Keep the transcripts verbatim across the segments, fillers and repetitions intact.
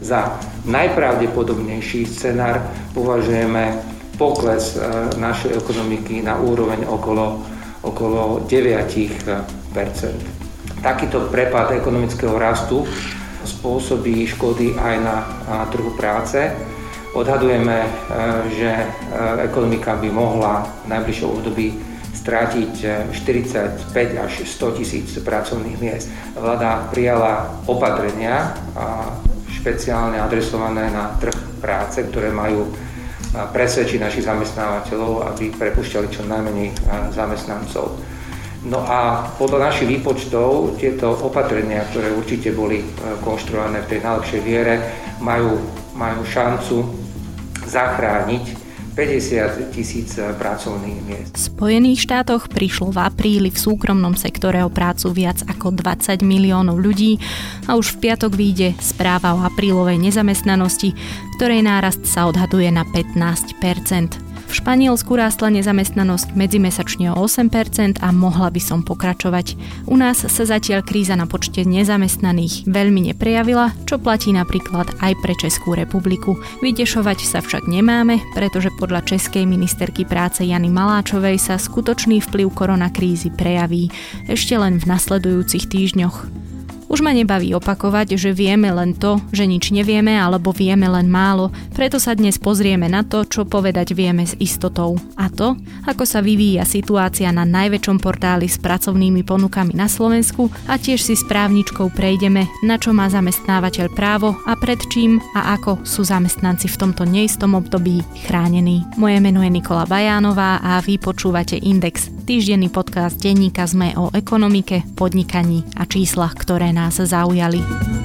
Za najpravdepodobnejší scenár považujeme pokles našej ekonomiky na úroveň okolo, okolo deväť percent. Takýto prepad ekonomického rastu spôsobí škody aj na, na trhu práce. Odhadujeme, že ekonomika by mohla v najbližšom období strátiť štyridsaťpäť až sto tisíc pracovných miest. Vláda prijala opatrenia špeciálne adresované na trh práce, ktoré majú presvedčiť našich zamestnávateľov, aby prepúšťali čo najmenej zamestnancov. No a podľa našich výpočtov tieto opatrenia, ktoré určite boli konštruované v tej najlepšej viere, majú, majú šancu zachrániť päťdesiat tisíc pracovných miest. V Spojených štátoch prišlo v apríli v súkromnom sektore o prácu viac ako dvadsať miliónov ľudí a už v piatok vyjde správa o aprílovej nezamestnanosti, ktorej nárast sa odhaduje na pätnásť percent. V Španielsku rástla nezamestnanosť medzimesačne o osem percent a mohla by som pokračovať. U nás sa zatiaľ kríza na počte nezamestnaných veľmi neprejavila, čo platí napríklad aj pre Českú republiku. Vytešovať sa však nemáme, pretože podľa českej ministerky práce Jany Maláčovej sa skutočný vplyv koronakrízy prejaví ešte len v nasledujúcich týždňoch. Už ma nebaví opakovať, že vieme len to, že nič nevieme alebo vieme len málo, preto sa dnes pozrieme na to, čo povedať vieme s istotou. A to, ako sa vyvíja situácia na najväčšom portáli s pracovnými ponukami na Slovensku a tiež si s právničkou prejdeme, na čo má zamestnávateľ právo a pred čím a ako sú zamestnanci v tomto neistom období chránení. Moje meno je Nikola Bajánová a vy počúvate Index, týždenný podcast denníka es em e o ekonomike, podnikaní a číslach, ktoré nás zaujali.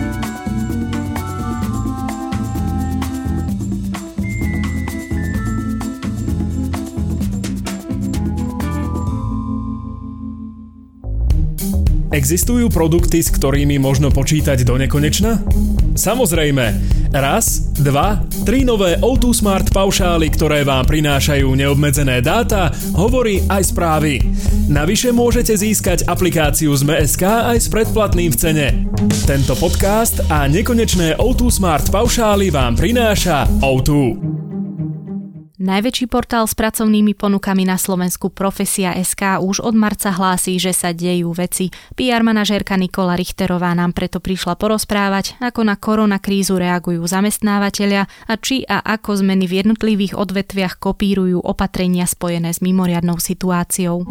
Existujú produkty, s ktorými možno počítať do nekonečna? Samozrejme. Raz, dva, tri nové ó dva Smart paušály, ktoré vám prinášajú neobmedzené dáta, hovorí aj správy. Navyše môžete získať aplikáciu z em e bodka es ká aj s predplatným v cene. Tento podcast a nekonečné ó dva Smart paušály vám prináša ó dva. Najväčší portál s pracovnými ponukami na Slovensku Profesia bodka es ká už od marca hlásí, že sa dejú veci. pé er manažérka Nikola Richterová nám preto prišla porozprávať, ako na koronakrízu reagujú zamestnávateľia a či a ako zmeny v jednotlivých odvetviach kopírujú opatrenia spojené s mimoriadnou situáciou.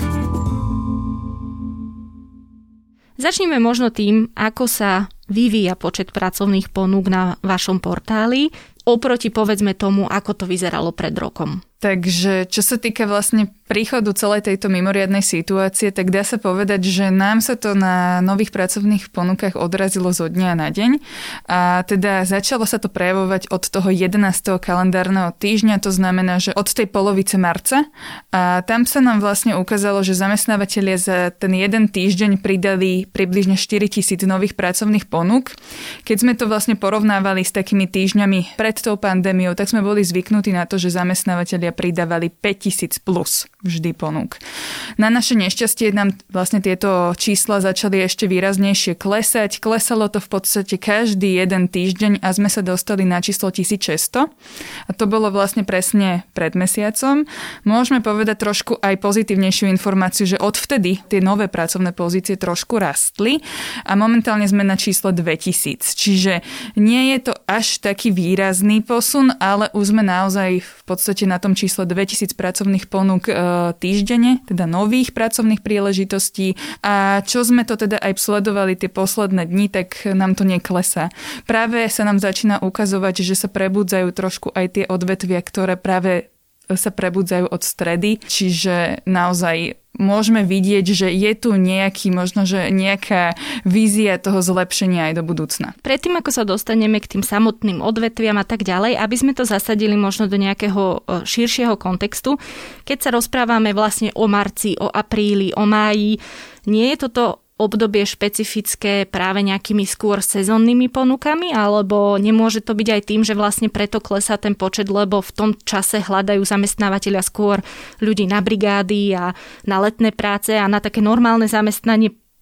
Začneme možno tým, ako sa vyvíja počet pracovných ponúk na vašom portáli oproti povedzme tomu, ako to vyzeralo pred rokom. Takže čo sa týka vlastne príchodu celej tejto mimoriadnej situácie, tak dá sa povedať, že nám sa to na nových pracovných ponukách odrazilo zo dňa na deň a teda začalo sa to prejavovať od toho jedenásteho kalendárneho týždňa, to znamená, že od tej polovice marca a tam sa nám vlastne ukázalo, že zamestnávateľia za ten jeden týždeň pridali približne štyritisíc nových pracovných ponúk. Keď sme to vlastne porovnávali s takými týždňami pred tou pandémiou, tak sme boli zvyknutí na to, že zamestnávateľia pridávali päťtisíc plus vždy ponúk. Na naše nešťastie nám vlastne tieto čísla začali ešte výraznejšie klesať. Klesalo to v podstate každý jeden týždeň a sme sa dostali na číslo tisícšesťsto. A to bolo vlastne presne pred mesiacom. Môžeme povedať trošku aj pozitívnejšiu informáciu, že odvtedy tie nové pracovné pozície trošku rastli a momentálne sme na číslo dvetisíc. Čiže nie je to až taký výrazný posun, ale už sme naozaj v podstate na tom číslo dvetisíc pracovných ponúk e, týždenne, teda nových pracovných príležitostí. A čo sme to teda aj sledovali tie posledné dni, tak nám to neklesá. Práve sa nám začína ukazovať, že sa prebudzajú trošku aj tie odvetvia, ktoré práve sa prebudzajú od stredy, čiže naozaj môžeme vidieť, že je tu nejaký, možno, že nejaká vízia toho zlepšenia aj do budúcna. Predtým, ako sa dostaneme k tým samotným odvetviam a tak ďalej, aby sme to zasadili možno do nejakého širšieho kontextu, keď sa rozprávame vlastne o marci, o apríli, o máji, nie je toto obdobie špecifické práve nejakými skôr sezónnymi ponukami, alebo nemôže to byť aj tým, že vlastne preto klesá ten počet, lebo v tom čase hľadajú zamestnávateľia skôr ľudí na brigády a na letné práce a na také normálne zamestnanie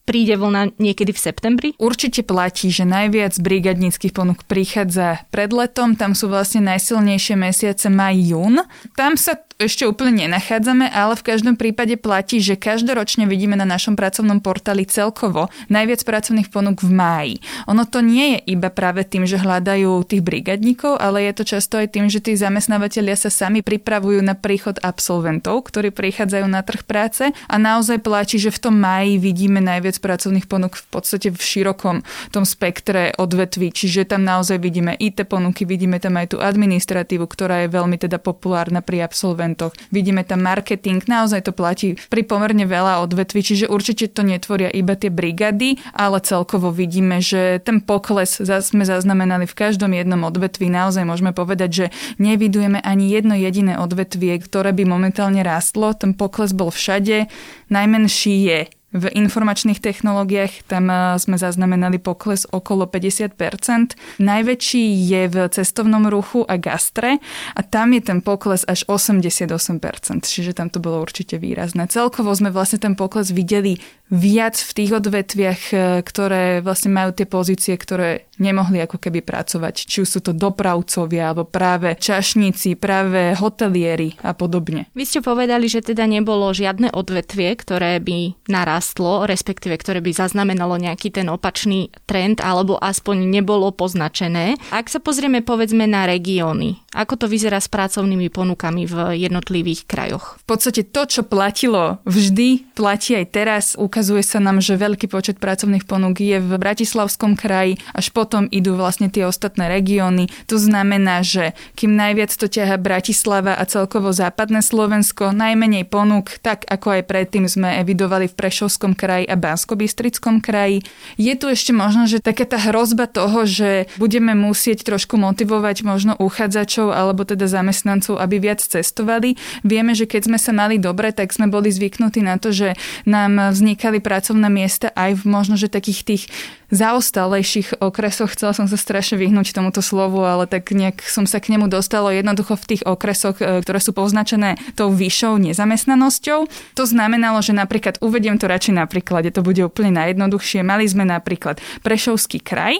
príde vlna niekedy v septembri? Určite platí, že najviac brigadníckych ponúk prichádza pred letom, tam sú vlastne najsilnejšie mesiace maj, jún. Tam sa ešte úplne nenachádzame, ale v každom prípade platí, že každoročne vidíme na našom pracovnom portáli celkovo najviac pracovných ponúk v máji. Ono to nie je iba práve tým, že hľadajú tých brigadníkov, ale je to často aj tým, že tí zamestnávateľia sa sami pripravujú na príchod absolventov, ktorí prichádzajú na trh práce, a naozaj platí, že v tom máji vidíme najviac pracovných ponúk v podstate v širokom tom spektre odvetví, čiže tam naozaj vidíme í té ponuky, vidíme tam aj tú administratívu, ktorá je veľmi teda populárna pri absolventoch. Vidíme tam marketing, naozaj to platí pri pomerne veľa odvetví, čiže určite to netvoria iba tie brigady, ale celkovo vidíme, že ten pokles sme zaznamenali v každom jednom odvetví. Naozaj môžeme povedať, že nevidujeme ani jedno jediné odvetvie, ktoré by momentálne rástlo. Ten pokles bol všade. Najmenší je v informačných technológiách, tam sme zaznamenali pokles okolo päťdesiat percent. Najväčší je v cestovnom ruchu a gastre a tam je ten pokles až osemdesiatosem percent, čiže tam to bolo určite výrazné. Celkovo sme vlastne ten pokles videli viac v tých odvetviach, ktoré vlastne majú tie pozície, ktoré nemohli ako keby pracovať. Či už sú to dopravcovia, alebo práve čašníci, práve hotelieri a podobne. Vy ste povedali, že teda nebolo žiadne odvetvie, ktoré by narastlo, respektíve ktoré by zaznamenalo nejaký ten opačný trend, alebo aspoň nebolo poznačené. Ak sa pozrieme povedzme na regióny, ako to vyzerá s pracovnými ponukami v jednotlivých krajoch? V podstate to, čo platilo vždy, platí aj teraz. Ukazuje sa nám, že veľký počet pracovných ponúk je v Bratislavskom kraji, až potom idú vlastne tie ostatné regióny. To znamená, že kým najviac to ťaha Bratislava a celkovo západné Slovensko, najmenej ponúk, tak ako aj predtým sme evidovali v Prešovskom kraji a Banskobystrickom kraji. Je tu ešte možno, že taká tá hrozba toho, že budeme musieť trošku motivovať možno uchádzačov alebo teda zamestnancov, aby viac cestovali. Vieme, že keď sme sa mali dobre, tak sme boli zvyknutí na to, že nám vznikali pracovné miesta aj v možno, že takých tých zaostalejších okresoch. Chcela som sa strašne vyhnúť tomuto slovu, ale tak nejak som sa k nemu dostala jednoducho v tých okresoch, ktoré sú poznačené tou vyššou nezamestnanosťou. To znamenalo, že napríklad, uvediem to radšej na príklade, to bude úplne najjednoduchšie. Mali sme napríklad Prešovský kraj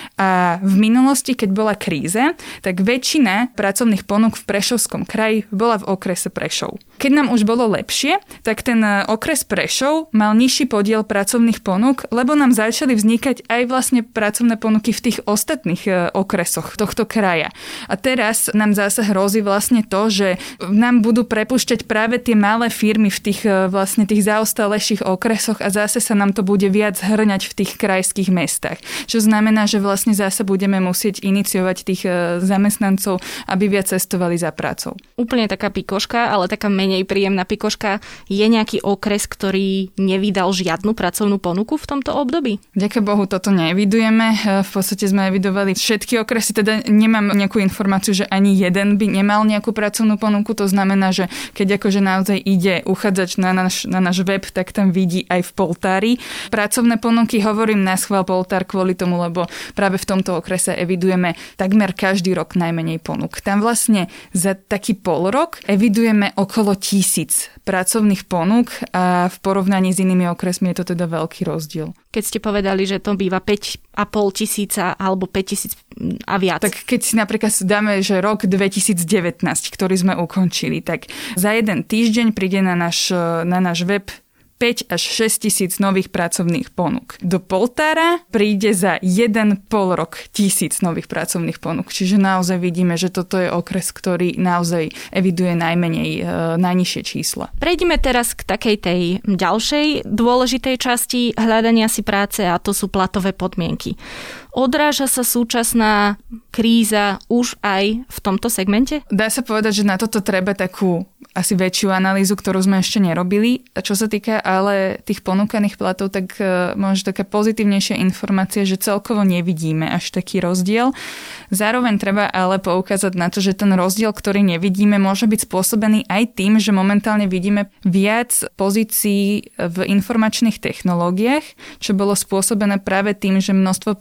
a v minulosti, keď bola kríza, tak väčšina pracovných ponúk v Prešovskom kraji bola v okrese Prešov. Keď nám už bolo lepšie, tak ten okres Prešov mal nižší podiel pracovných ponúk, lebo nám začali vznikať aj vlastne pracovné ponuky v tých ostatných okresoch tohto kraja. A teraz nám zase hrozí vlastne to, že nám budú prepúšťať práve tie malé firmy v tých vlastne tých zaostalejších okresoch a zase sa nám to bude viac hrňať v tých krajských mestách. Čo znamená, že vlastne zase budeme musieť iniciovať tých zamestnancov, aby viac cestovali za prácou. Úplne taká pikoška, ale taká menej príjemná pikoška. Je nejaký okres, ktorý nevydal žiadnu pracovnú ponuku v tomto období? Ďakujem Bohu, toto neevidujeme. V podstate sme evidovali všetky okresy, teda nemám nejakú informáciu, že ani jeden by nemal nejakú pracovnú ponuku. To znamená, že keď akože naozaj ide uchádzač na náš, na náš web, tak tam vidí aj v poltári. Pracovné ponuky hovorím na schvál poltár kvôli tomu, lebo práve v tomto okrese evidujeme takmer každý rok najmenej ponúk. Tam vlastne za taký pol rok evidujeme okolo tisíc pracovných ponúk a v porovnaní s inými okresmi je to teda veľký rozdiel. Keď ste povedali, že to býva päť a pol tisíca alebo päť tisíc a viac. Tak keď si napríklad dáme, že rok dvetisícdevätnásť, ktorý sme ukončili, tak za jeden týždeň príde na náš, na náš web päť až šesť tisíc nových pracovných ponúk. Do poltára príde za jeden pol rok tisíc nových pracovných ponúk. Čiže naozaj vidíme, že toto je okres, ktorý naozaj eviduje najmenej, e, najnižšie čísla. Prejdeme teraz k takej tej ďalšej dôležitej časti hľadania si práce a to sú platové podmienky. Odráža sa súčasná kríza už aj v tomto segmente? Dá sa povedať, že na toto treba takú asi väčšiu analýzu, ktorú sme ešte nerobili. Čo sa týka ale tých ponúkaných platov, tak možno taká pozitívnejšia informácia, že celkovo nevidíme až taký rozdiel. Zároveň treba ale poukázať na to, že ten rozdiel, ktorý nevidíme, môže byť spôsobený aj tým, že momentálne vidíme viac pozícií v informačných technológiách, čo bolo spôsobené práve tým, že množstvo predajní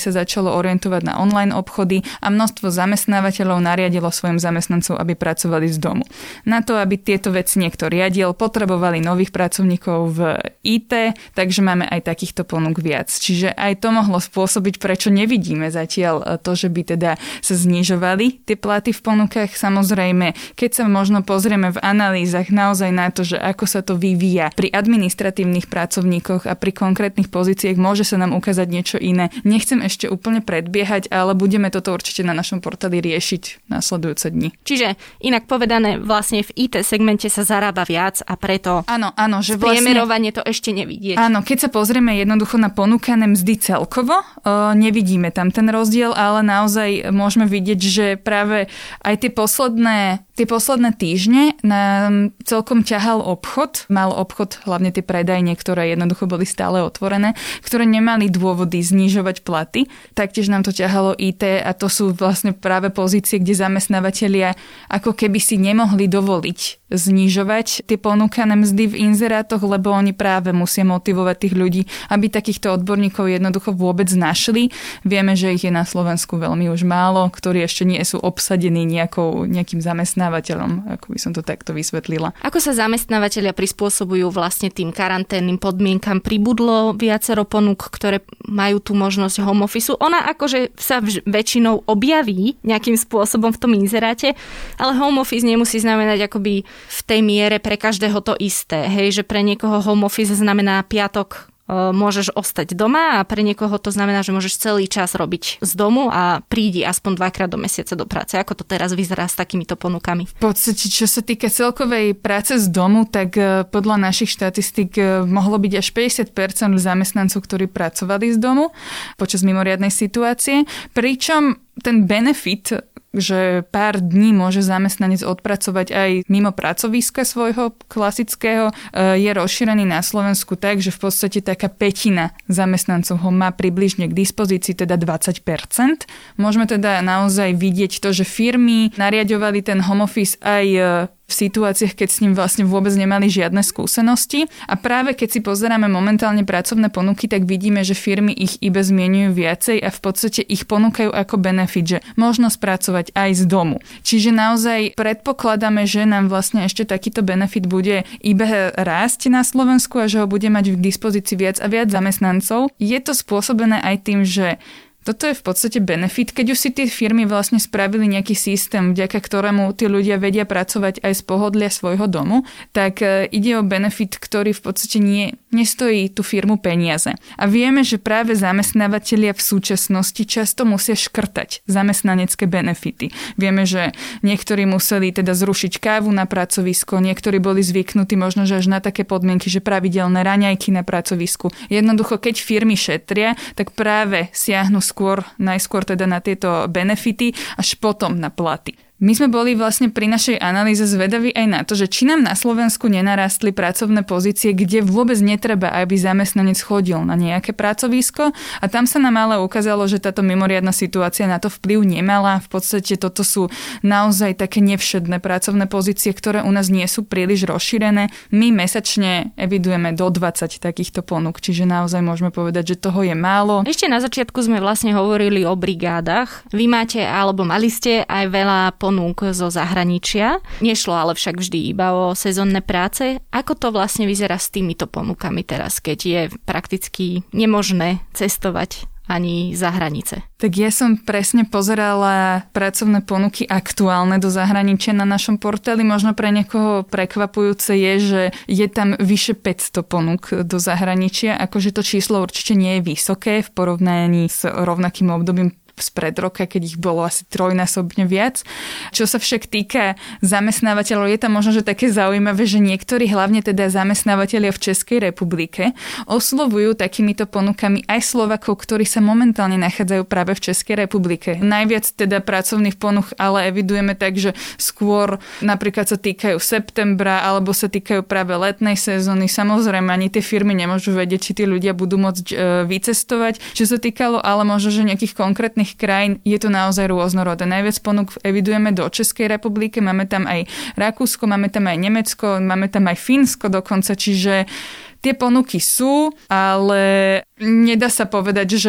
sa začalo orientovať na online obchody a množstvo zamestnávateľov nariadilo svojim zamestnancom, aby pracovali z domu. Na to, aby tieto veci niekto riadil, potrebovali nových pracovníkov v í té, takže máme aj takýchto ponúk viac. Čiže aj to mohlo spôsobiť, prečo nevidíme zatiaľ to, že by teda sa znižovali tie platy v ponukách. Samozrejme, keď sa možno pozrieme v analýzach naozaj na to, že ako sa to vyvíja pri administratívnych pracovníkoch a pri konkrétnych pozíciách, môže sa nám ukázať niečo iné. Nechcem ešte úplne predbiehať, ale budeme toto určite na našom portáli riešiť nasledujúce dni. Čiže inak povedané, vlastne v í té segmente sa zarába viac a preto áno, áno, že priemerovanie vlastne to ešte nevidieť. Áno, keď sa pozrieme jednoducho na ponúkané mzdy celkovo, uh, nevidíme tam ten rozdiel, ale naozaj môžeme vidieť, že práve aj tie posledné Tie posledné týždne nám celkom ťahal obchod. Mal obchod, hlavne tie predajne, ktoré jednoducho boli stále otvorené, ktoré nemali dôvody znižovať platy. Taktiež nám to ťahalo í té a to sú vlastne práve pozície, kde zamestnávateľia ako keby si nemohli dovoliť znižovať tie ponúkané mzdy v inzerátoch, lebo oni práve musia motivovať tých ľudí, aby takýchto odborníkov jednoducho vôbec našli. Vieme, že ich je na Slovensku veľmi už málo, ktorí ešte nie sú obsadení nejakou, nejakým zamestnávateľom, ako by som to takto vysvetlila. Ako sa zamestnávateľia prispôsobujú vlastne tým karanténnym podmienkam? Pribudlo viacero ponúk, ktoré majú tú možnosť home office. Ona akože sa väčšinou objaví nejakým spôsobom v tom inzeráte, ale home office nemusí znamenať akoby v tej miere pre každého to isté. Hej, že pre niekoho home office znamená piatok môžeš ostať doma a pre niekoho to znamená, že môžeš celý čas robiť z domu a prídi aspoň dvakrát do mesiaca do práce. Ako to teraz vyzerá s takýmito ponukami? V podstate, čo sa týka celkovej práce z domu, tak podľa našich štatistík mohlo byť až päťdesiat percent zamestnancov, ktorí pracovali z domu počas mimoriadnej situácie. Pričom ten benefit, že pár dní môže zamestnanec odpracovať aj mimo pracoviska svojho klasického, je rozšírený na Slovensku tak, že v podstate taká pätina zamestnancov ho má približne k dispozícii, teda dvadsať percent. Môžeme teda naozaj vidieť to, že firmy nariadovali ten home office aj v situáciách, keď s ním vlastne vôbec nemali žiadne skúsenosti. A práve keď si pozeráme momentálne pracovné ponuky, tak vidíme, že firmy ich iba zmieňujú viacej a v podstate ich ponúkajú ako benefit, že možno spracovať aj z domu. Čiže naozaj predpokladáme, že nám vlastne ešte takýto benefit bude iba rásť na Slovensku a že ho bude mať k dispozícii viac a viac zamestnancov. Je to spôsobené aj tým, že toto je v podstate benefit, keď už si tie firmy vlastne spravili nejaký systém, vďaka ktorému tí ľudia vedia pracovať aj z pohodlia svojho domu, tak ide o benefit, ktorý v podstate nie, nestojí tú firmu peniaze. A vieme, že práve zamestnávateľia v súčasnosti často musia škrtať zamestnanecké benefity. Vieme, že niektorí museli teda zrušiť kávu na pracovisko, niektorí boli zvyknutí možno, že až na také podmienky, že pravidelné raňajky na pracovisku. Jednoducho, keď firmy šetria, tak práve siahnu skôr, najskôr teda na tieto benefity, až potom na platy. My sme boli vlastne pri našej analýze zvedaví aj na to, že či nám na Slovensku nenarastli pracovné pozície, kde vôbec netreba, aby zamestnanec chodil na nejaké pracovisko. A tam sa nám ale ukázalo, že táto mimoriadna situácia na to vplyv nemala. V podstate toto sú naozaj také nevšedné pracovné pozície, ktoré u nás nie sú príliš rozšírené. My mesačne evidujeme do dvadsať takýchto ponúk, čiže naozaj môžeme povedať, že toho je málo. Ešte na začiatku sme vlastne hovorili o brigádach. Vy máte, alebo mali ste aj veľa ponúk zo zahraničia. Nešlo ale však vždy iba o sezónne práce. Ako to vlastne vyzerá s týmito ponukami teraz, keď je prakticky nemožné cestovať ani za hranice? Tak ja som presne pozerala pracovné ponuky aktuálne do zahraničia na našom portáli. Možno pre niekoho prekvapujúce je, že je tam vyše päťsto ponúk do zahraničia. Akože to číslo určite nie je vysoké v porovnaní s rovnakým obdobím spred roka, keď ich bolo asi trojnásobne viac. Čo sa však týka zamestnávateľov, je tam možno, že také zaujímavé, že niektorí, hlavne teda zamestnávateľia v Českej republike, oslovujú takýmito ponukami aj Slovakov, ktorí sa momentálne nachádzajú práve v Českej republike. Najviac teda pracovných ponúk ale evidujeme tak, že skôr napríklad sa týkajú septembra alebo sa týkajú práve letnej sezóny. Samozrejme, ani tie firmy nemôžu vedieť, či tí ľudia budú môcť e, vycestovať. Čo sa týkalo ale možno, že nejakých konkrétnych krajín, je to naozaj rôznorodé. Najviac ponúk evidujeme do Českej republiky, máme tam aj Rakúsko, máme tam aj Nemecko, máme tam aj Fínsko dokonca, čiže tie ponuky sú, ale nedá sa povedať, že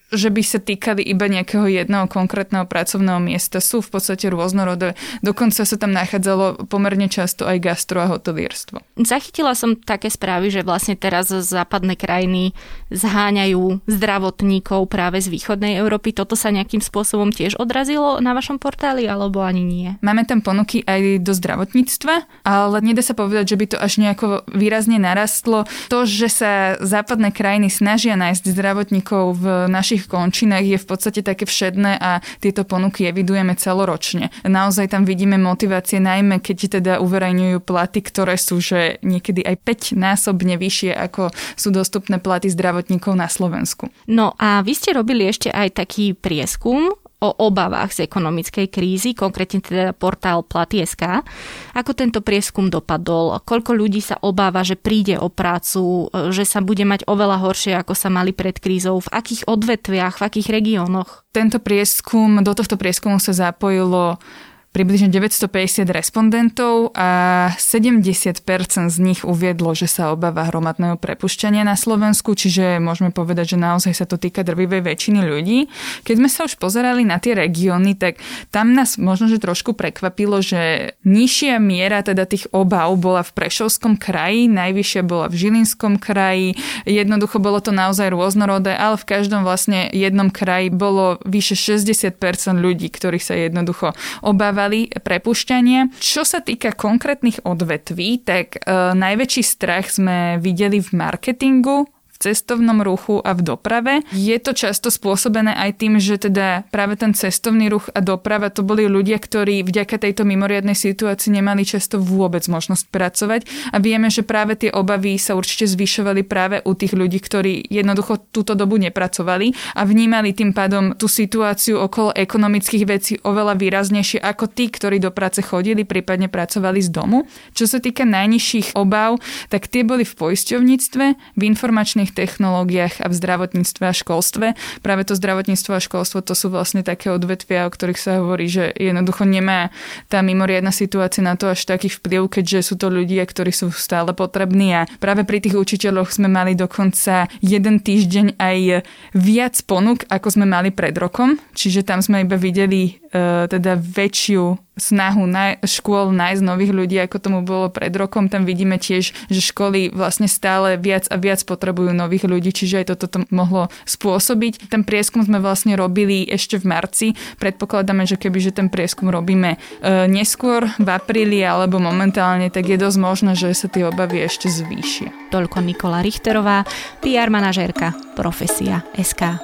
že by sa týkali iba nejakého jedného konkrétneho pracovného miesta. Sú v podstate rôznorodé. Dokonca sa tam nachádzalo pomerne často aj gastro a hotelierstvo. Zachytila som také správy, že vlastne teraz západné krajiny zháňajú zdravotníkov práve z východnej Európy. Toto sa nejakým spôsobom tiež odrazilo na vašom portáli, alebo ani nie? Máme tam ponuky aj do zdravotníctva, ale nedá sa povedať, že by to až nejako výrazne narastlo. To, že sa západné krajiny snažia nájsť zdravotníkov v našich končinách, je v podstate také všedné a tieto ponuky evidujeme celoročne. Naozaj tam vidíme motivácie, najmä keď teda uverejňujú platy, ktoré sú že niekedy aj päťnásobne vyššie, ako sú dostupné platy zdravotníkov na Slovensku. No a vy ste robili ešte aj taký prieskum o obavách z ekonomickej krízy, konkrétne teda portál Platy bodka es ká. Ako tento prieskum dopadol? Koľko ľudí sa obáva, že príde o prácu, že sa bude mať oveľa horšie, ako sa mali pred krízou? V akých odvetviach, v akých regiónoch? Tento prieskum, do tohto prieskumu sa zapojilo približne deväťstopäťdesiat respondentov a sedemdesiat percent z nich uviedlo, že sa obáva hromadného prepušťania na Slovensku, čiže môžeme povedať, že naozaj sa to týka drvivej väčšiny ľudí. Keď sme sa už pozerali na tie regióny, tak tam nás možno, že trošku prekvapilo, že nižšia miera teda tých obáv bola v Prešovskom kraji, najvyššia bola v Žilinskom kraji, jednoducho bolo to naozaj rôznorodé, ale v každom vlastne jednom kraji bolo vyše šesťdesiat percent ľudí, ktorých sa jednoducho obáva prepušťania. Čo sa týka konkrétnych odvetví, tak e, najväčší strach sme videli v marketingu, cestovnom ruchu a v doprave. Je to často spôsobené aj tým, že teda práve ten cestovný ruch a doprava to boli ľudia, ktorí vďaka tejto mimoriadnej situácii nemali často vôbec možnosť pracovať a vieme, že práve tie obavy sa určite zvyšovali práve u tých ľudí, ktorí jednoducho túto dobu nepracovali a vnímali tým pádom tú situáciu okolo ekonomických vecí oveľa výraznejšie ako tí, ktorí do práce chodili, prípadne pracovali z domu. Čo sa týka najnižších obáv, tak tie boli v poisťovníctve, v informačných technológiách a v zdravotníctve a školstve. Práve to zdravotníctvo a školstvo to sú vlastne také odvetvia, o ktorých sa hovorí, že jednoducho nemá tá mimoriadna situácia na to až taký vplyv, keďže sú to ľudia, ktorí sú stále potrební a práve pri tých učiteľoch sme mali dokonca jeden týždeň aj viac ponúk, ako sme mali pred rokom, čiže tam sme iba videli e, teda väčšiu snahu na škôl nájsť nových ľudí, ako tomu bolo pred rokom. Tam vidíme tiež, že školy vlastne stále viac a viac potrebujú nových ľudí, čiže aj toto to mohlo spôsobiť. Ten prieskum sme vlastne robili ešte v marci. Predpokladáme, že kebyže ten prieskum robíme e, neskôr v apríli alebo momentálne, tak je dosť možné, že sa tie obavy ešte zvýšia. Toľko Nikola Richterová, pé er manažérka Profesia bodka es ká.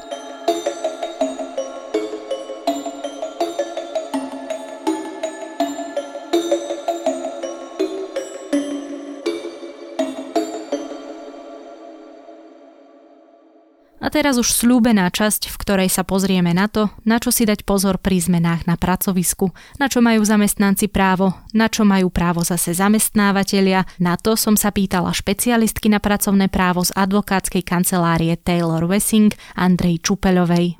A teraz už sľúbená časť, v ktorej sa pozrieme na to, na čo si dať pozor pri zmenách na pracovisku, na čo majú zamestnanci právo, na čo majú právo zase zamestnávateľia. Na to som sa pýtala špecialistky na pracovné právo z advokátskej kancelárie Taylor Wessing Andrej Čupeľovej.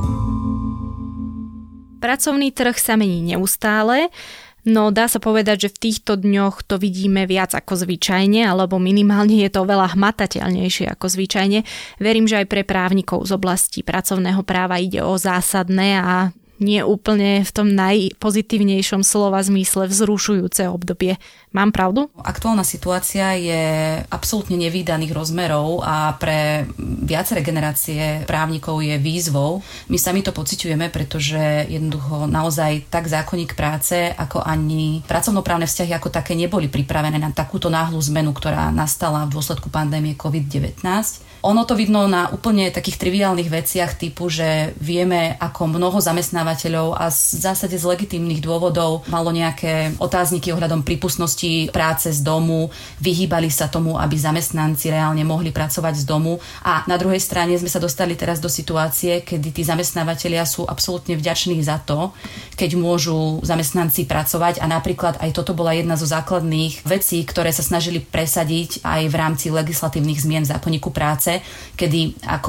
Pracovný trh sa mení neustále. No dá sa povedať, že v týchto dňoch to vidíme viac ako zvyčajne, alebo minimálne je to veľa hmatateľnejšie ako zvyčajne. Verím, že aj pre právnikov z oblasti pracovného práva ide o zásadné a nie úplne v tom najpozitívnejšom slova zmysle vzrušujúce obdobie. Mám pravdu? Aktuálna situácia je absolútne nevídaných rozmerov a pre viaceré generácie právnikov je výzvou. My sami to pociťujeme, pretože jednoducho naozaj tak zákonník práce, ako ani pracovnoprávne vzťahy ako také neboli pripravené na takúto náhlu zmenu, ktorá nastala v dôsledku pandémie covid devätnásť. Ono to vidno na úplne takých triviálnych veciach typu, že vieme, ako mnoho zamestnávateľov a v zásade z legitímnych dôvodov malo nejaké otázniky ohľadom prípustnosti práce z domu, vyhýbali sa tomu, aby zamestnanci reálne mohli pracovať z domu a na druhej strane sme sa dostali teraz do situácie, kedy tí zamestnávateľia sú absolútne vďační za to, keď môžu zamestnanci pracovať a napríklad aj toto bola jedna zo základných vecí, ktoré sa snažili presadiť aj v rámci legislatívnych zmien v zákonníku práce, kedy ako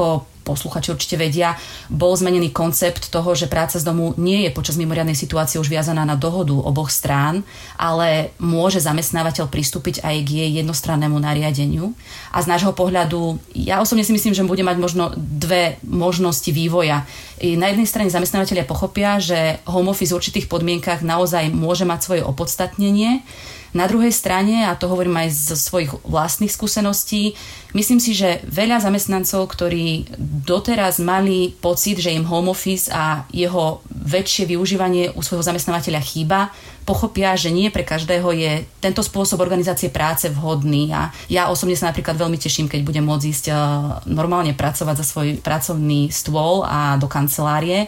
posluchači určite vedia, bol zmenený koncept toho, že práca z domu nie je počas mimoriadnej situácie už viazaná na dohodu oboch strán, ale môže zamestnávateľ pristúpiť aj k jej jednostrannému nariadeniu. A z nášho pohľadu, ja osobne si myslím, že bude mať možno dve možnosti vývoja. Na jednej strane zamestnávateľia pochopia, že home office v určitých podmienkach naozaj môže mať svoje opodstatnenie. Na druhej strane, a to hovorím aj zo svojich vlastných skúseností, myslím si, že veľa zamestnancov, ktorí doteraz mali pocit, že im home office a jeho väčšie využívanie u svojho zamestnávateľa chýba, pochopia, že nie pre každého je tento spôsob organizácie práce vhodný. A ja osobne sa napríklad veľmi teším, keď budem môcť ísť normálne pracovať za svoj pracovný stôl a do kancelárie.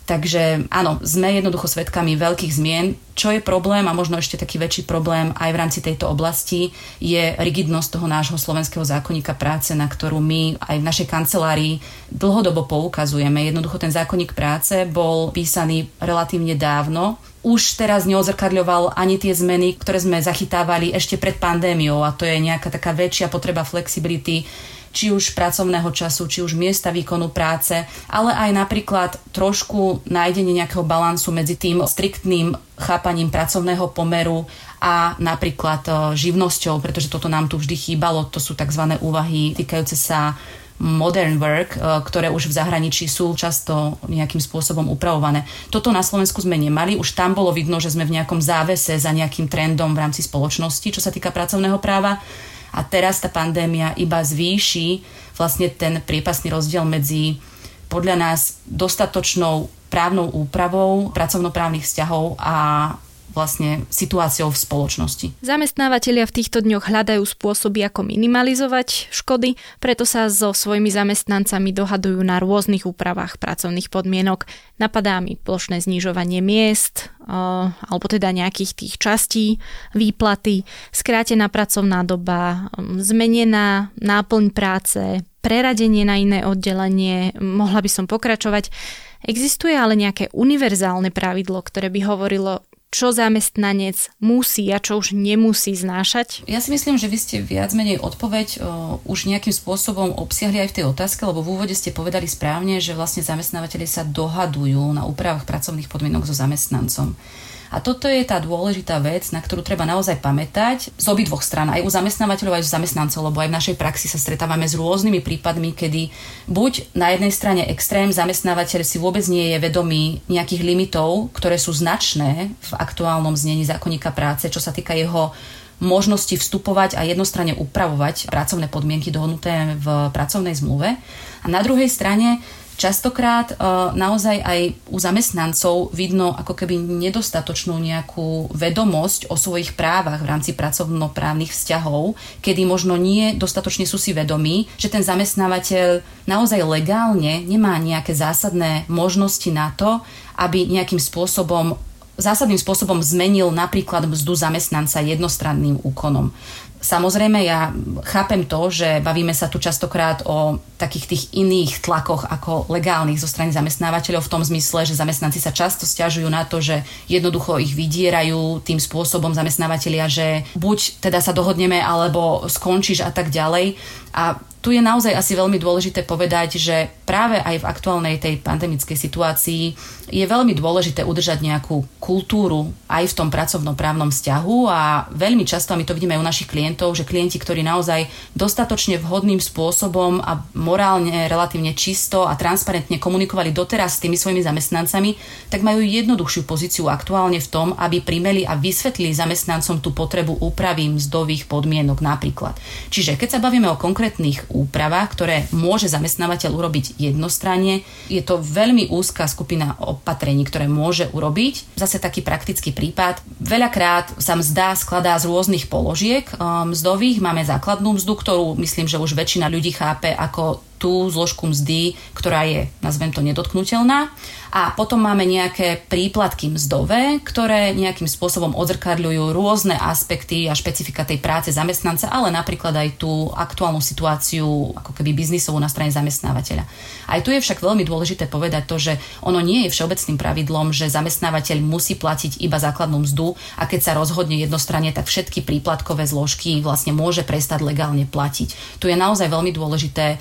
Takže áno, sme jednoducho svedkami veľkých zmien. Čo je problém a možno ešte taký väčší problém aj v rámci tejto oblasti je rigidnosť toho nášho slovenského zákonníka práce, na ktorú my aj v našej kancelárii dlhodobo poukazujeme. Jednoducho ten zákonník práce bol písaný relatívne dávno. Už teraz neodzrkadľoval ani tie zmeny, ktoré sme zachytávali ešte pred pandémiou, a to je nejaká taká väčšia potreba flexibility, či už pracovného času, či už miesta výkonu práce, ale aj napríklad trošku nájdenie nejakého balansu medzi tým striktným chápaním pracovného pomeru a napríklad živnosťou, pretože toto nám tu vždy chýbalo, to sú tzv. Úvahy týkajúce sa modern work, ktoré už v zahraničí sú často nejakým spôsobom upravované. Toto na Slovensku sme nemali, už tam bolo vidno, že sme v nejakom závese za nejakým trendom v rámci spoločnosti, čo sa týka pracovného práva. A teraz tá pandémia iba zvýši vlastne ten priepasný rozdiel medzi podľa nás dostatočnou právnou úpravou pracovnoprávnych vzťahov a vlastne situáciou v spoločnosti. Zamestnávateľia v týchto dňoch hľadajú spôsoby, ako minimalizovať škody, preto sa so svojimi zamestnancami dohadujú na rôznych úpravách pracovných podmienok. Napadá mi plošné znižovanie miest, alebo teda nejakých tých častí, výplaty, skrátená pracovná doba, zmenená náplň práce, preradenie na iné oddelenie, mohla by som pokračovať. Existuje ale nejaké univerzálne pravidlo, ktoré by hovorilo, čo zamestnanec musí a čo už nemusí znášať? Ja si myslím, že vy ste viac menej odpoveď o, už nejakým spôsobom obsiahli aj v tej otázke, lebo v úvode ste povedali správne, že vlastne zamestnávateľi sa dohadujú na úpravách pracovných podmienok so zamestnancom. A toto je tá dôležitá vec, na ktorú treba naozaj pamätať z obidvoch strán, aj u zamestnávateľov, aj u zamestnancov, lebo aj v našej praxi sa stretávame s rôznymi prípadmi, kedy buď na jednej strane extrém zamestnávateľ si vôbec nie je vedomý nejakých limitov, ktoré sú značné v aktuálnom znení zákonníka práce, čo sa týka jeho možnosti vstupovať a jednostranne upravovať pracovné podmienky dohodnuté v pracovnej zmluve. A na druhej strane častokrát uh, naozaj aj u zamestnancov vidno ako keby nedostatočnú nejakú vedomosť o svojich právach v rámci pracovnoprávnych vzťahov, kedy možno nie dostatočne sú si vedomí, že ten zamestnávateľ naozaj legálne nemá nejaké zásadné možnosti na to, aby nejakým spôsobom zásadným spôsobom zmenil napríklad mzdu zamestnanca jednostranným úkonom. Samozrejme, ja chápem to, že bavíme sa tu častokrát o takých tých iných tlakoch ako legálnych zo strany zamestnávateľov v tom zmysle, že zamestnanci sa často sťažujú na to, že jednoducho ich vydierajú tým spôsobom zamestnávateľia, že buď teda sa dohodneme, alebo skončíš a tak ďalej. A tu je naozaj asi veľmi dôležité povedať, že práve aj v aktuálnej tej pandemickej situácii je veľmi dôležité udržať nejakú kultúru aj v tom pracovnoprávnom vzťahu a veľmi často, a my to vidíme aj u našich klientov, že klienti, ktorí naozaj dostatočne vhodným spôsobom a morálne, relatívne čisto a transparentne komunikovali doteraz s tými svojimi zamestnancami, tak majú jednoduchšiu pozíciu aktuálne v tom, aby primeli a vysvetlili zamestnancom tú potrebu úpravy mzdových podmienok napríklad. Čiže keď sa bavíme o konkrétnych úpravách, ktoré môže zamestnávateľ urobiť jednostranne, je to veľmi úzka skupina opatrení, ktoré môže urobiť. Zase taký praktický prípad. Veľakrát sa mzda skladá z rôznych položiek mzdových. Máme základnú mzdu, ktorú myslím, že už väčšina ľudí chápe ako tú zložku mzdy, ktorá je, nazvem to, nedotknuteľná. A potom máme nejaké príplatky mzdové, ktoré nejakým spôsobom odzrkadľujú rôzne aspekty a špecifika tej práce zamestnanca, ale napríklad aj tú aktuálnu situáciu ako keby biznisovú na strane zamestnávateľa. Aj tu je však veľmi dôležité povedať to, že ono nie je všeobecným pravidlom, že zamestnávateľ musí platiť iba základnú mzdu a keď sa rozhodne jednostranne, tak všetky príplatkové zložky vlastne môže prestať legálne platiť. Tu je naozaj veľmi dôležité zastávať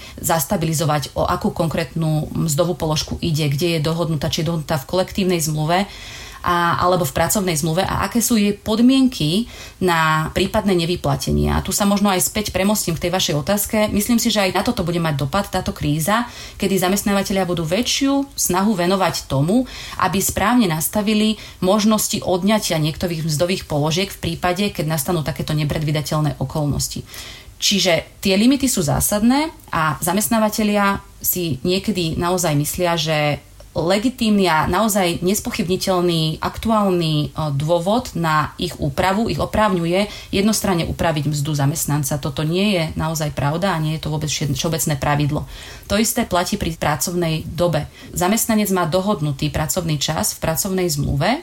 zastabilizovať, o akú konkrétnu mzdovú položku ide, kde je dohodnutá, či je dohodnutá v kolektívnej zmluve, A, alebo v pracovnej zmluve a aké sú jej podmienky na prípadné nevyplatenie. A tu sa možno aj späť premostím k tej vašej otázke. Myslím si, že aj na toto bude mať dopad táto kríza, kedy zamestnávateľia budú väčšiu snahu venovať tomu, aby správne nastavili možnosti odňatia niektorých mzdových položiek v prípade, keď nastanú takéto nepredvídateľné okolnosti. Čiže tie limity sú zásadné a zamestnávateľia si niekedy naozaj myslia, že legitímny a naozaj nespochybniteľný aktuálny dôvod na ich úpravu ich oprávňuje jednostranne upraviť mzdu zamestnanca. Toto nie je naozaj pravda a nie je to vôbec všeobecné pravidlo. To isté platí pri pracovnej dobe. Zamestnanec má dohodnutý pracovný čas v pracovnej zmluve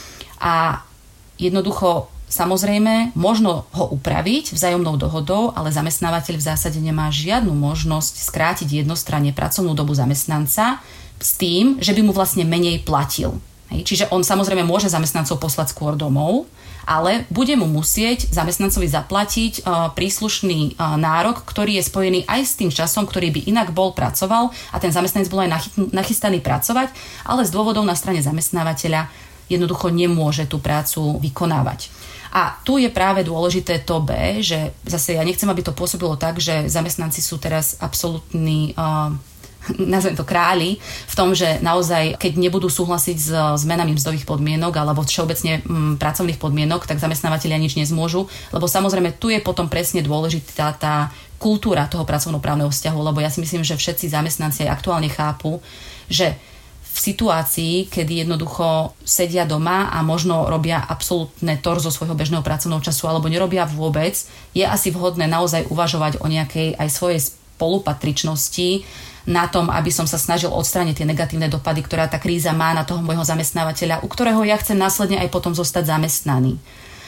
a jednoducho samozrejme možno ho upraviť vzájomnou dohodou, ale zamestnávateľ v zásade nemá žiadnu možnosť skrátiť jednostranne pracovnú dobu zamestnanca s tým, že by mu vlastne menej platil. Hej. Čiže on samozrejme môže zamestnancov poslať skôr domov, ale bude mu musieť zamestnancovi zaplatiť uh, príslušný uh, nárok, ktorý je spojený aj s tým časom, ktorý by inak bol pracoval a ten zamestnanec bol aj nachy- nachystaný pracovať, ale z dôvodov na strane zamestnávateľa jednoducho nemôže tú prácu vykonávať. A tu je práve dôležité to B, že zase ja nechcem, aby to pôsobilo tak, že zamestnanci sú teraz absolútni uh, nazvem to králi, v tom, že naozaj, keď nebudú súhlasiť s zmenami mzdových podmienok alebo všeobecne m, pracovných podmienok, tak zamestnávateľia nič nezmôžu, lebo samozrejme tu je potom presne dôležitá tá kultúra toho pracovnoprávneho vzťahu, lebo ja si myslím, že všetci zamestnanci aj aktuálne chápu, že v situácii, kedy jednoducho sedia doma a možno robia absolútne torzo svojho bežného pracovného času alebo nerobia vôbec, je asi vhodné naozaj uvažovať o nejakej aj svojej spolupatričnosti na tom, aby som sa snažil odstrániť tie negatívne dopady, ktorá tá kríza má na toho môjho zamestnávateľa, u ktorého ja chcem následne aj potom zostať zamestnaný.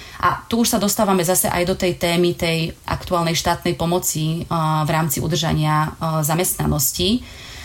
A tu už sa dostávame zase aj do tej témy tej aktuálnej štátnej pomoci uh, v rámci udržania uh, zamestnanosti.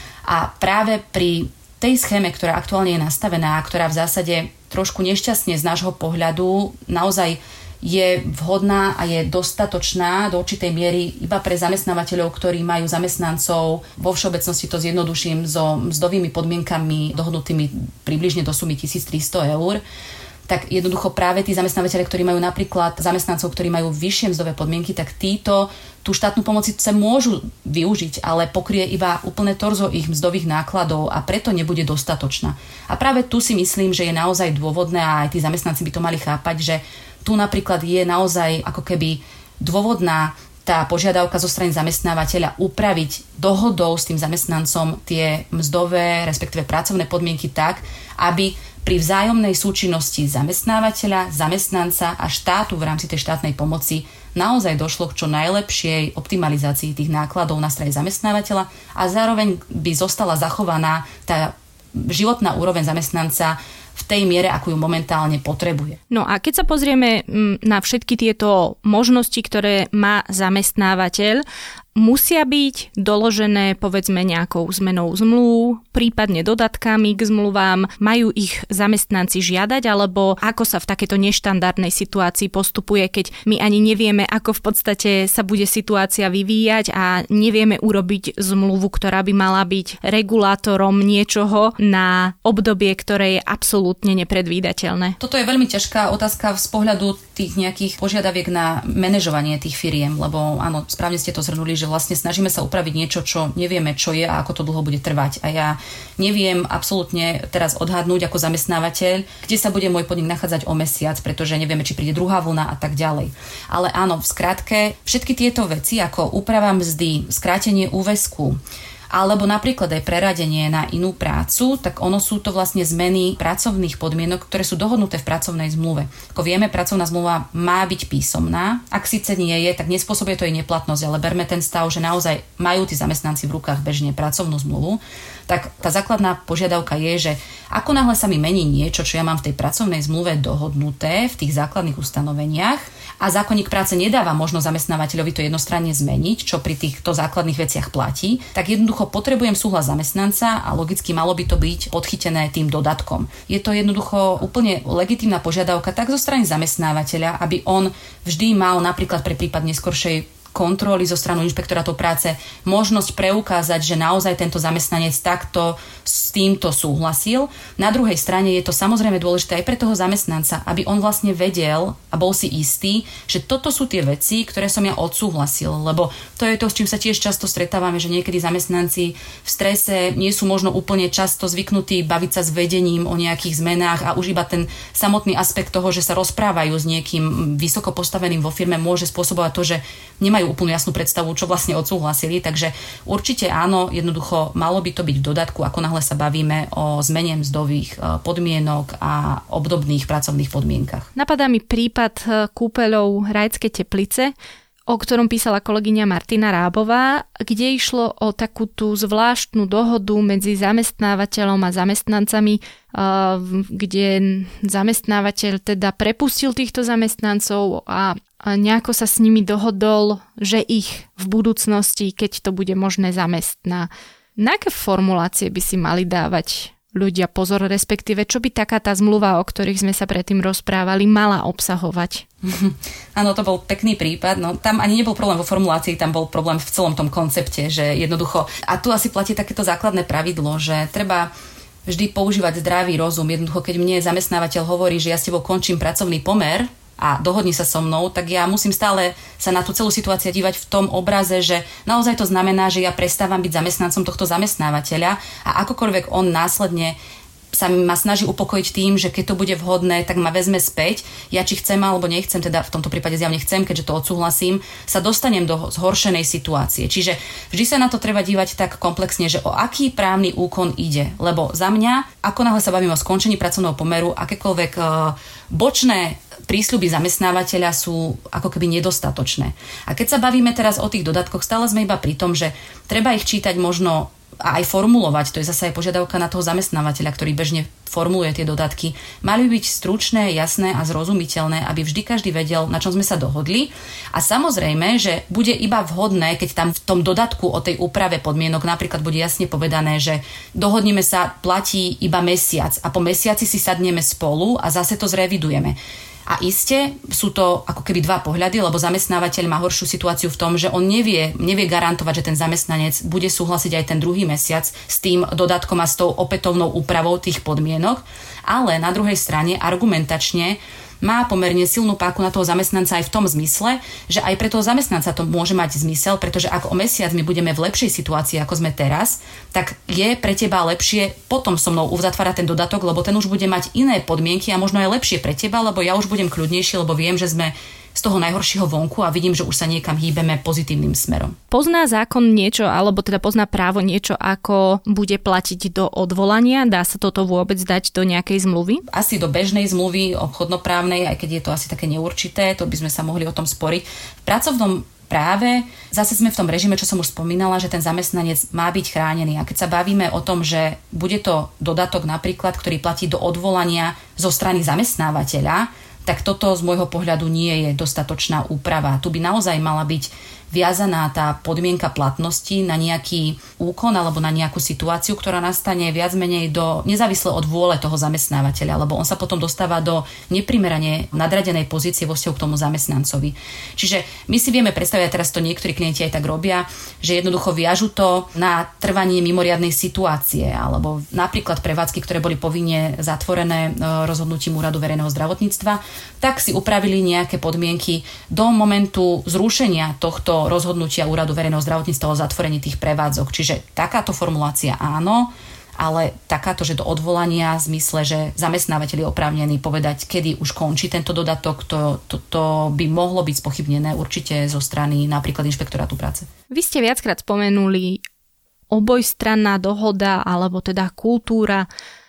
A práve pri tej schéme, ktorá aktuálne je nastavená, ktorá v zásade trošku nešťastne z nášho pohľadu naozaj je vhodná a je dostatočná do určitej miery iba pre zamestnávateľov, ktorí majú zamestnancov, vo všeobecnosti to zjednoduším, so mzdovými podmienkami dohodnutými približne do sumy tisíctristo eur, tak jednoducho práve tí zamestnávateľe, ktorí majú napríklad zamestnancov, ktorí majú vyššie mzdové podmienky, tak títo tú štátnu pomoc sa môžu využiť, ale pokrie iba úplné torzo ich mzdových nákladov a preto nebude dostatočná. A práve tu si myslím, že je naozaj dôvodné a aj tí zamestnanci by to mali chápať, že tu napríklad je naozaj ako keby dôvodná tá požiadavka zo strany zamestnávateľa upraviť dohodou s tým zamestnancom tie mzdové, respektíve pracovné podmienky tak, aby pri vzájomnej súčinnosti zamestnávateľa, zamestnanca a štátu v rámci tej štátnej pomoci naozaj došlo k čo najlepšej optimalizácii tých nákladov na strane zamestnávateľa a zároveň by zostala zachovaná tá životná úroveň zamestnanca v tej miere, ako ju momentálne potrebuje. No a keď sa pozrieme na všetky tieto možnosti, ktoré má zamestnávateľ, musia byť doložené povedzme nejakou zmenou zmluv, prípadne dodatkami k zmluvám, majú ich zamestnanci žiadať, alebo ako sa v takéto neštandardnej situácii postupuje, keď my ani nevieme, ako v podstate sa bude situácia vyvíjať a nevieme urobiť zmluvu, ktorá by mala byť regulátorom niečoho na obdobie, ktoré je absolútne nepredvídateľné. Toto je veľmi ťažká otázka z pohľadu tých nejakých požiadaviek na manažovanie tých firiem, lebo áno, správne ste to zhrnuli, že vlastne snažíme sa upraviť niečo, čo nevieme, čo je a ako to dlho bude trvať. A ja neviem absolútne teraz odhadnúť ako zamestnávateľ, kde sa bude môj podnik nachádzať o mesiac, pretože nevieme, či príde druhá vlna a tak ďalej. Ale áno, v skratke, všetky tieto veci ako úprava mzdy, skrátenie úväzku, alebo napríklad aj preradenie na inú prácu, tak ono sú to vlastne zmeny pracovných podmienok, ktoré sú dohodnuté v pracovnej zmluve. Ako vieme, pracovná zmluva má byť písomná. Ak síce nie je, tak nespôsobuje to jej neplatnosť, ale berme ten stav, že naozaj majú tí zamestnanci v rukách bežne pracovnú zmluvu, tak tá základná požiadavka je, že ako náhle sa mi mení niečo, čo ja mám v tej pracovnej zmluve dohodnuté v tých základných ustanoveniach a zákonník práce nedáva možnosť zamestnávateľovi to jednostranne zmeniť, čo pri týchto základných veciach platí, tak jednoducho potrebujem súhlas zamestnanca a logicky malo by to byť podchytené tým dodatkom. Je to jednoducho úplne legitímna požiadavka tak zo strany zamestnávateľa, aby on vždy mal napríklad pre prípad neskoršej kontroly zo strany inšpektorátov práce, možnosť preukázať, že naozaj tento zamestnanec takto s týmto súhlasil. Na druhej strane je to samozrejme dôležité aj pre toho zamestnanca, aby on vlastne vedel a bol si istý, že toto sú tie veci, ktoré som ja odsúhlasil, lebo to je to, s čím sa tiež často stretávame, že niekedy zamestnanci v strese nie sú možno úplne často zvyknutí baviť sa s vedením o nejakých zmenách a už iba ten samotný aspekt toho, že sa rozprávajú s niekým vysoko postaveným vo firme, môže spôsobovať to, že nemajú úplne jasnú predstavu, čo vlastne odsúhlasili. Takže určite áno, jednoducho malo by to byť v dodatku, ako náhle sa bavíme o zmene mzdových podmienok a obdobných pracovných podmienkach. Napadá mi prípad kúpeľov Rajskej Teplice, o ktorom písala kolegyňa Martina Rábová, kde išlo o takú tú zvláštnu dohodu medzi zamestnávateľom a zamestnancami, kde zamestnávateľ teda prepustil týchto zamestnancov a nejako sa s nimi dohodol, že ich v budúcnosti, keď to bude možné, zamestná. Na aké formulácie by si mali dávať ľudia pozor, respektíve čo by taká tá zmluva, o ktorých sme sa predtým rozprávali, mala obsahovať? Áno, to bol pekný prípad. No, tam ani nebol problém vo formulácii, tam bol problém v celom tom koncepte, že jednoducho... A tu asi platí takéto základné pravidlo, že treba vždy používať zdravý rozum. Jednoducho, keď mne zamestnávateľ hovorí, že ja s tebou končím pracovný pomer a dohodni sa so mnou, tak ja musím stále sa na tú celú situáciu dívať v tom obraze, že naozaj to znamená, že ja prestávam byť zamestnancom tohto zamestnávateľa a akokoľvek on následne sa ma snaží upokojiť tým, že keď to bude vhodné, tak ma vezme späť. Ja či chcem alebo nechcem, teda v tomto prípade zjavne chcem, keďže to odsúhlasím, sa dostanem do zhoršenej situácie. Čiže vždy sa na to treba dívať tak komplexne, že o aký právny úkon ide. Lebo za mňa, ako náhle sa bavím o skončení pracovného pomeru, akékoľvek uh, bočné prísľuby zamestnávateľa sú ako keby nedostatočné. A keď sa bavíme teraz o tých dodatkoch, stále sme iba pri tom, že treba ich čítať možno a aj formulovať, to je zase aj požiadavka na toho zamestnávateľa, ktorý bežne formuluje tie dodatky, mali byť stručné, jasné a zrozumiteľné, aby vždy každý vedel, na čom sme sa dohodli. A samozrejme, že bude iba vhodné, keď tam v tom dodatku o tej úprave podmienok napríklad bude jasne povedané, že dohodneme sa, platí iba mesiac a po mesiaci si sadneme spolu a zase to zrevidujeme. A iste sú to ako keby dva pohľady, lebo zamestnávateľ má horšiu situáciu v tom, že on nevie, nevie garantovať, že ten zamestnanec bude súhlasiť aj ten druhý mesiac s tým dodatkom a s tou opätovnou úpravou tých podmienok, ale na druhej strane argumentačne má pomerne silnú páku na toho zamestnanca aj v tom zmysle, že aj pre toho zamestnanca to môže mať zmysel, pretože ak o mesiac my budeme v lepšej situácii, ako sme teraz, tak je pre teba lepšie potom so mnou uzatvárať ten dodatok, lebo ten už bude mať iné podmienky a možno aj lepšie pre teba, lebo ja už budem kľudnejší, lebo viem, že sme z toho najhoršieho vonku a vidím, že už sa niekam hýbeme pozitívnym smerom. Pozná zákon niečo, alebo teda pozná právo niečo, ako bude platiť do odvolania? Dá sa toto vôbec dať do nejakej zmluvy? Asi do bežnej zmluvy obchodnoprávnej, aj keď je to asi také neurčité, to by sme sa mohli o tom sporiť. V pracovnom práve zase sme v tom režime, čo som už spomínala, že ten zamestnanec má byť chránený. A keď sa bavíme o tom, že bude to dodatok napríklad, ktorý platí do odvolania zo strany zamestnávateľa, tak toto z môjho pohľadu nie je dostatočná úprava. Tu by naozaj mala byť viazaná tá podmienka platnosti na nejaký úkon alebo na nejakú situáciu, ktorá nastane viac menej do nezávisle od vôle toho zamestnávateľa, lebo on sa potom dostáva do neprimerane nadradenej pozície vo vzťahu k tomu zamestnancovi. Čiže my si vieme predstaviť, teraz to niektorí klienti aj tak robia, že jednoducho viažu to na trvanie mimoriadnej situácie alebo napríklad prevádzky, ktoré boli povinne zatvorené rozhodnutím Úradu verejného zdravotníctva, tak si upravili nejaké podmienky do momentu zrušenia tohto rozhodnutia Úradu verejného zdravotníctva o zatvorení tých prevádzok. Čiže takáto formulácia áno, ale takáto, že do odvolania v zmysle, že zamestnávateľ je oprávnený povedať, kedy už končí tento dodatok, to, to, to by mohlo byť spochybnené určite zo strany napríklad inšpektorátu práce. Vy ste viackrát spomenuli obojstranná dohoda, alebo teda kultúra.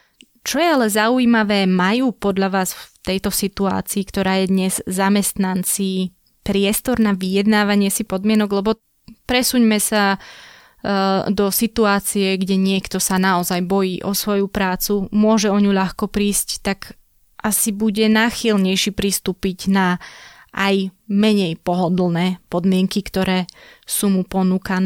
Čo je ale zaujímavé, majú podľa vás v tejto situácii, ktorá je dnes, zamestnanci priestor na vyjednávanie si podmienok, lebo presuňme sa uh, do situácie, kde niekto sa naozaj bojí o svoju prácu, môže o ňu ľahko prísť, tak asi bude náchylnejší pristúpiť na aj menej pohodlné podmienky, ktoré sú mu ponúkané.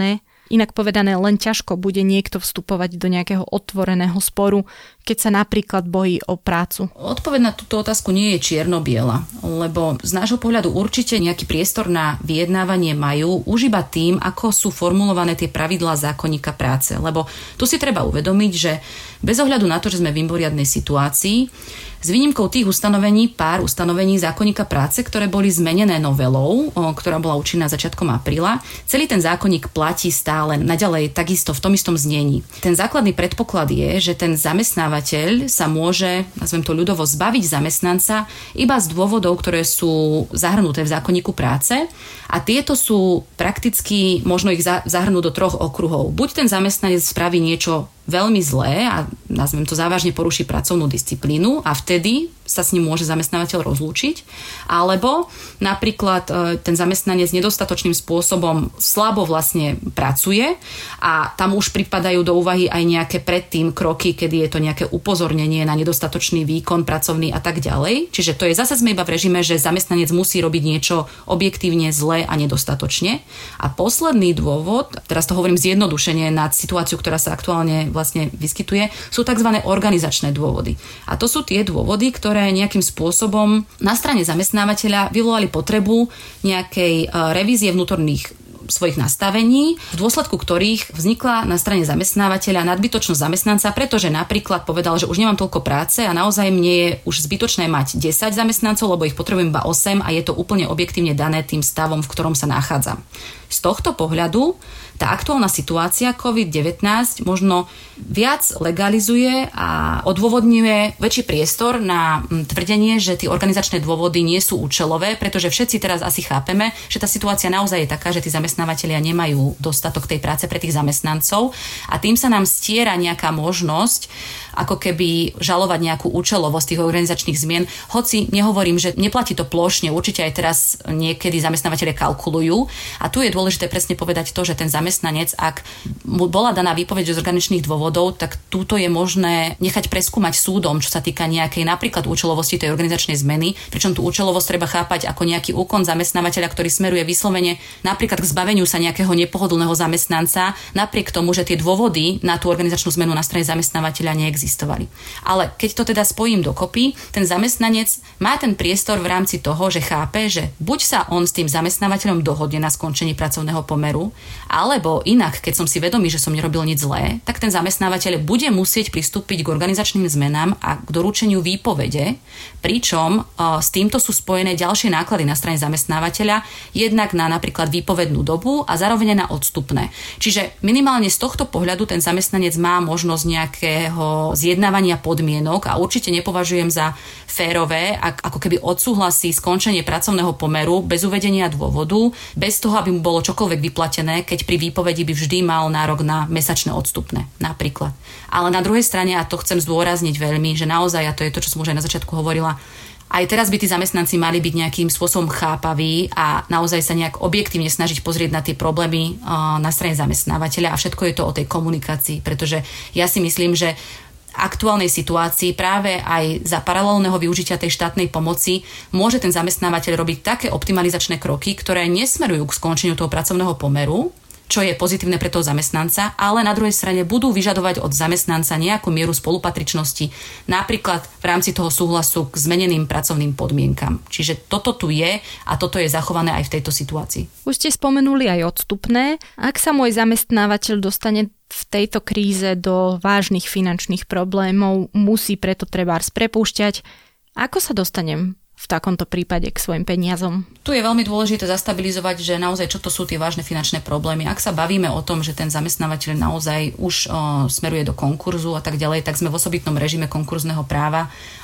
Inak povedané, len ťažko bude niekto vstupovať do nejakého otvoreného sporu, keď sa napríklad bojí o prácu. Odpoveď na túto otázku nie je čierno-biela, lebo z nášho pohľadu určite nejaký priestor na vyjednávanie majú už iba tým, ako sú formulované tie pravidlá zákonníka práce. Lebo tu si treba uvedomiť, že bez ohľadu na to, že sme v mimoriadnej situácii, s výnimkou tých ustanovení, pár ustanovení zákonníka práce, ktoré boli zmenené novelou, ktorá bola účinná začiatkom apríla, celý ten zákonník platí stále naďalej takisto v tom istom znení. Ten základný predpoklad je, že ten zamestnávateľ sa môže, nazvem to ľudovo, zbaviť zamestnanca iba z dôvodov, ktoré sú zahrnuté v zákonníku práce, a tieto sú prakticky, možno ich zahrnúť do troch okruhov. Buď ten zamestnanec spraví niečo veľmi zlé a nazvem to závažne poruší pracovnú disciplínu a vtedy sa s ním môže zamestnávateľ rozlúčiť, alebo napríklad ten zamestnanec nedostatočným spôsobom slabo vlastne pracuje a tam už pripadajú do úvahy aj nejaké predtým kroky, kedy je to nejaké upozornenie na nedostatočný výkon pracovný a tak ďalej. Čiže to je zase sme iba v režime, že zamestnanec musí robiť niečo objektívne zlé a nedostatočne. A posledný dôvod, teraz to hovorím zjednodušene nad situáciu, ktorá sa aktuálne vlastne vyskytuje, sú tzv. Organizačné dôvody. A to sú tie dôvody, ktoré nejakým spôsobom na strane zamestnávateľa vyvolali potrebu nejakej revízie vnútorných svojich nastavení, v dôsledku ktorých vznikla na strane zamestnávateľa nadbytočnosť zamestnanca, pretože napríklad povedal, že už nemám toľko práce a naozaj mne je už zbytočné mať desať zamestnancov, lebo ich potrebujem iba osem a je to úplne objektívne dané tým stavom, v ktorom sa nachádzam. Z tohto pohľadu tá aktuálna situácia covid devätnásť možno viac legalizuje a odôvodňuje väčší priestor na tvrdenie, že tie organizačné dôvody nie sú účelové, pretože všetci teraz asi chápeme, že tá situácia naozaj je taká, že tí zamestnávateľia nemajú dostatok tej práce pre tých zamestnancov a tým sa nám stiera nejaká možnosť ako keby žalovať nejakú účelovosť tých organizačných zmien. Hoci nehovorím, že neplatí to plošne, určite aj teraz niekedy zamestnávateľe kalkulujú a tu je dôležité presne povedať to, že ten zamestnanec, ak mu bola daná výpoveď z organičných dôvodov, tak túto je možné nechať preskúmať súdom, čo sa týka nejakej napríklad účelovosti tej organizačnej zmeny, pričom tú účelovosť treba chápať ako nejaký úkon zamestnávateľa, ktorý smeruje vyslovene napríklad k zbaveniu sa nejakého nepohodlného zamestnanca, napriek tomu, že tie dôvody na tú organizačnú zmenu na strane zamestnávateľa neexistovali. Ale keď to teda spojím dokopy, ten zamestnanec má ten priestor v rámci toho, že chápe, že buď sa on s tým zamestnávateľom dohodne na skončení pracovného pomeru, alebo inak, keď som si vedomý, že som nerobil nič zlé, tak ten zamestnávateľ bude musieť pristúpiť k organizačným zmenám a k doručeniu výpovede, pričom uh, s týmto sú spojené ďalšie náklady na strane zamestnávateľa, jednak na napríklad výpovednú dobu a zároveň na odstupné. Čiže minimálne z tohto pohľadu ten zamestnanec má možnosť nejakého zjednávania podmienok a určite nepovažujem za férové, ak ako keby odsúhlasí skončenie pracovného pomeru bez uvedenia dôvodu, bez toho, aby mu bolo čokoľvek vyplatené, keď pri výpovedi by vždy mal nárok na mesačné odstupné, napríklad. Ale na druhej strane, a to chcem zdôrazniť veľmi, že naozaj, a to je to, čo som už aj na začiatku hovorila, aj teraz by tí zamestnanci mali byť nejakým spôsobom chápaví a naozaj sa nejak objektívne snažiť pozrieť na tie problémy na strane zamestnávateľa a všetko je to o tej komunikácii, pretože ja si myslím, že aktuálnej situácii práve aj za paralelného využitia tej štátnej pomoci môže ten zamestnávateľ robiť také optimalizačné kroky, ktoré nesmerujú k skončeniu toho pracovného pomeru, čo je pozitívne pre toho zamestnanca, ale na druhej strane budú vyžadovať od zamestnanca nejakú mieru spolupatričnosti, napríklad v rámci toho súhlasu k zmeneným pracovným podmienkam. Čiže toto tu je a toto je zachované aj v tejto situácii. Už ste spomenuli aj odstupné. Ak sa môj zamestnávateľ dostane v tejto kríze do vážnych finančných problémov, musí preto trebárs prepúšťať, ako sa dostanem v takomto prípade k svojim peniazom? Tu je veľmi dôležité zastabilizovať, že naozaj čo to sú tie vážne finančné problémy. Ak sa bavíme o tom, že ten zamestnávateľ naozaj už o, smeruje do konkurzu a tak ďalej, tak sme v osobitnom režime konkurzného práva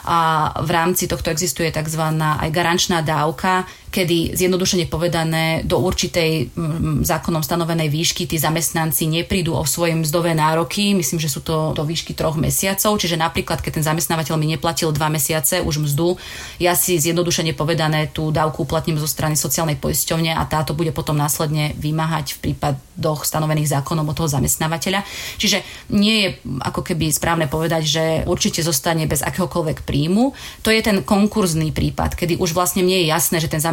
a v rámci tohto existuje tzv. Aj garančná dávka, kedy zjednodušene povedané do určitej m, zákonom stanovenej výšky tí zamestnanci neprídu o svoje mzdové nároky. Myslím, že sú to do výšky troch mesiacov, čiže napríklad, keď ten zamestnávateľ mi neplatil dva mesiace už mzdu, ja si zjednodušene povedané tú dávku uplatním zo strany sociálnej poisťovne a táto bude potom následne vymáhať v prípadoch stanovených zákonom od toho zamestnávateľa. Čiže nie je ako keby správne povedať, že určite zostane bez akéhokoľvek príjmu. To je ten konkurzný prípad, kedy už vlastne mne je jasné, že ten zamestnávateľ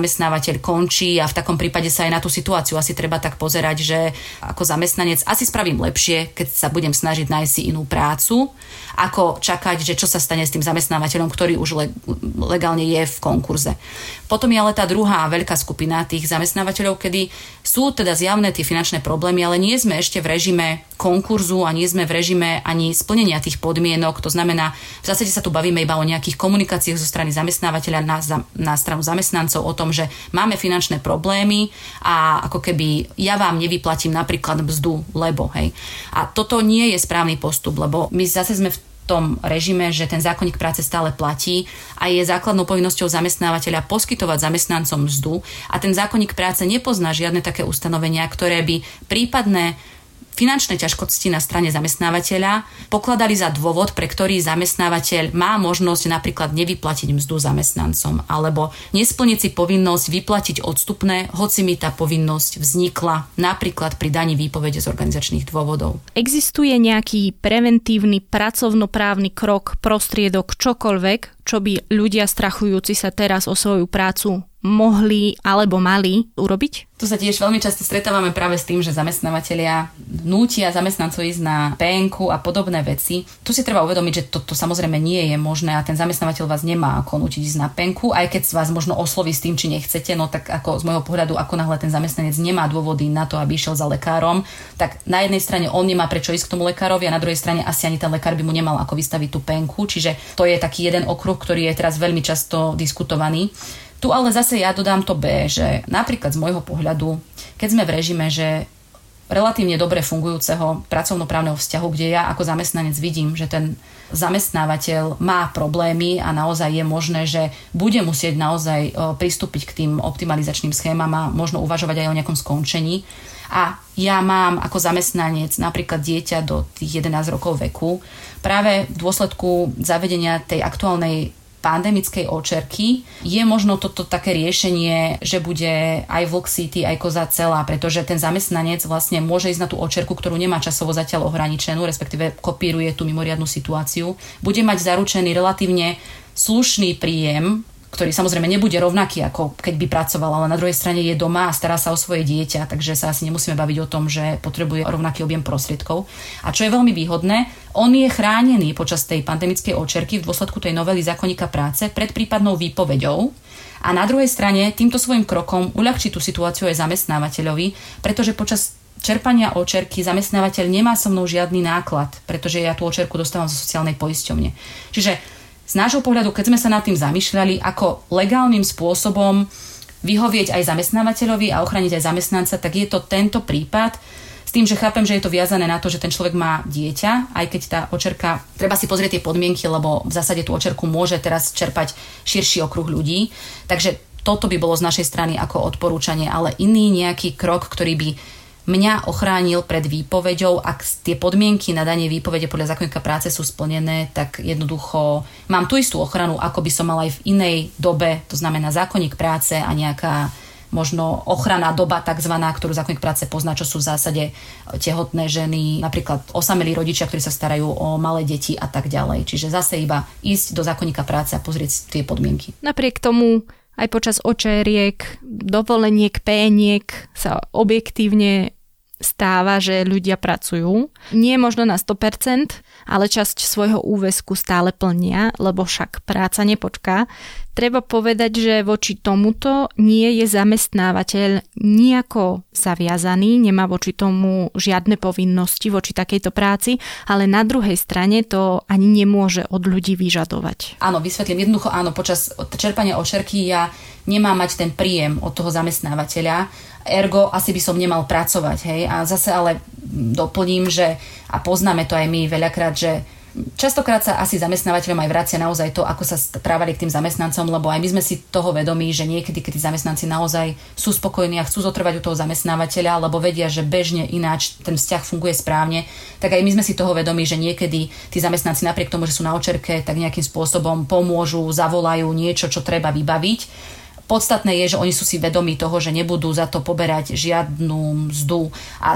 zamestnávateľ končí a v takom prípade sa aj na tú situáciu asi treba tak pozerať, že ako zamestnanec asi spravím lepšie, keď sa budem snažiť nájsť si inú prácu, ako čakať, že čo sa stane s tým zamestnávateľom, ktorý už le- legálne je v konkurze. Potom je ale tá druhá veľká skupina tých zamestnávateľov, kedy sú teda zjavné tie finančné problémy, ale nie sme ešte v režime konkurzu a nie sme v režime ani splnenia tých podmienok. To znamená, v zásade sa tu bavíme iba o nejakých komunikáciách zo strany zamestnávateľa na, na stranu zamestnancov o tom, že máme finančné problémy a ako keby ja vám nevyplatím napríklad mzdu, lebo hej. A toto nie je správny postup, lebo my zase sme v tom režime, že ten zákonník práce stále platí a je základnou povinnosťou zamestnávateľa poskytovať zamestnancom mzdu a ten zákonník práce nepozná žiadne také ustanovenia, ktoré by prípadné finančné ťažkosti na strane zamestnávateľa pokladali za dôvod, pre ktorý zamestnávateľ má možnosť napríklad nevyplatiť mzdu zamestnancom alebo nesplniť si povinnosť vyplatiť odstupné, hoci mi tá povinnosť vznikla napríklad pri daní výpovede z organizačných dôvodov. Existuje nejaký preventívny pracovnoprávny krok, prostriedok, čokoľvek, čo by ľudia strachujúci sa teraz o svoju prácu mohli alebo mali urobiť? Tu sa tiež veľmi často stretávame práve s tým, že zamestnávateľia nútia zamestnancov ísť na pé en ká a podobné veci. Tu si treba uvedomiť, že toto to samozrejme nie je možné a ten zamestnávateľ vás nemá ako nútiť ísť na pé en ká, aj keď vás možno osloví s tým, či nechcete, no tak ako z môjho pohľadu, ako náhle ten zamestnanec nemá dôvody na to, aby išiel za lekárom, tak na jednej strane on nemá prečo ísť k tomu lekárovi a na druhej strane asi ani ten lekár by mu nemal ako vystaviť tú pé en ká, čiže to je taký jeden okruh, ktorý je teraz veľmi často diskutovaný. Tu ale zase ja dodám to B, že napríklad z môjho pohľadu, keď sme v režime, že relatívne dobre fungujúceho pracovnoprávneho vzťahu, kde ja ako zamestnanec vidím, že ten zamestnávateľ má problémy a naozaj je možné, že bude musieť naozaj pristúpiť k tým optimalizačným schémam a možno uvažovať aj o nejakom skončení. A ja mám ako zamestnanec napríklad dieťa do tých jedenásť rokov veku, práve v dôsledku zavedenia tej aktuálnej pandemickej očerky je možno toto také riešenie, že bude aj vlk sýty, aj koza celá, pretože ten zamestnanec vlastne môže ísť na tú očerku, ktorú nemá časovo zatiaľ ohraničenú, respektíve kopíruje tú mimoriadnu situáciu. Bude mať zaručený relatívne slušný príjem, ktorý samozrejme nebude rovnaký, ako keď by pracoval, ale na druhej strane je doma a stará sa o svoje dieťa, takže sa asi nemusíme baviť o tom, že potrebuje rovnaký objem prostriedkov. A čo je veľmi výhodné, on je chránený počas tej pandemickej očerky v dôsledku tej novely zákonníka práce pred prípadnou výpoveďou. A na druhej strane týmto svojim krokom uľahčí tú situáciu aj zamestnávateľovi, pretože počas čerpania očerky zamestnávateľ nemá so mnou žiadny náklad, pretože ja tú očerku dostávam zo sociálnej poisťovne. Čiže z nášho pohľadu, keď sme sa nad tým zamýšľali, ako legálnym spôsobom vyhovieť aj zamestnávateľovi a ochrániť aj zamestnanca, tak je to tento prípad s tým, že chápem, že je to viazané na to, že ten človek má dieťa, aj keď tá očerka, treba si pozrieť tie podmienky, lebo v zásade tú očerku môže teraz čerpať širší okruh ľudí. Takže toto by bolo z našej strany ako odporúčanie, ale iný nejaký krok, ktorý by mňa ochránil pred výpoveďou, ak tie podmienky na danie výpovede podľa zákonníka práce sú splnené, tak jednoducho mám tú istú ochranu, ako by som mala aj v inej dobe, to znamená zákonník práce a nejaká možno ochranná doba takzvaná, ktorú zákonník práce pozná, čo sú v zásade tehotné ženy, napríklad osamelí rodičia, ktorí sa starajú o malé deti a tak ďalej. Čiže zase iba ísť do zákonníka práce a pozrieť tie podmienky. Napriek tomu aj počas očeriek, dovoleniek, péniek sa objektívne stáva, že ľudia pracujú. Nie možno na sto percent, ale časť svojho úväzku stále plnia, lebo však práca nepočká. Treba povedať, že voči tomuto nie je zamestnávateľ nejako zaviazaný, nemá voči tomu žiadne povinnosti voči takejto práci, ale na druhej strane to ani nemôže od ľudí vyžadovať. Áno, vysvetlím. Jednoducho áno, počas čerpania očerky ja nemám mať ten príjem od toho zamestnávateľa, ergo asi by som nemal pracovať, hej. A zase ale doplním, že a poznáme to aj my veľakrát, že častokrát sa asi zamestnávateľom aj vracia naozaj to, ako sa správali k tým zamestnancom, lebo aj my sme si toho vedomí, že niekedy, keď tí zamestnanci naozaj sú spokojní a chcú zotrvať u toho zamestnávateľa, lebo vedia, že bežne ináč ten vzťah funguje správne, tak aj my sme si toho vedomí, že niekedy tí zamestnanci napriek tomu, že sú na očerke, tak nejakým spôsobom pomôžu, zavolajú niečo, čo treba vybaviť. Podstatné je, že oni sú si vedomí toho, že nebudú za to poberať žiadnu mzdu a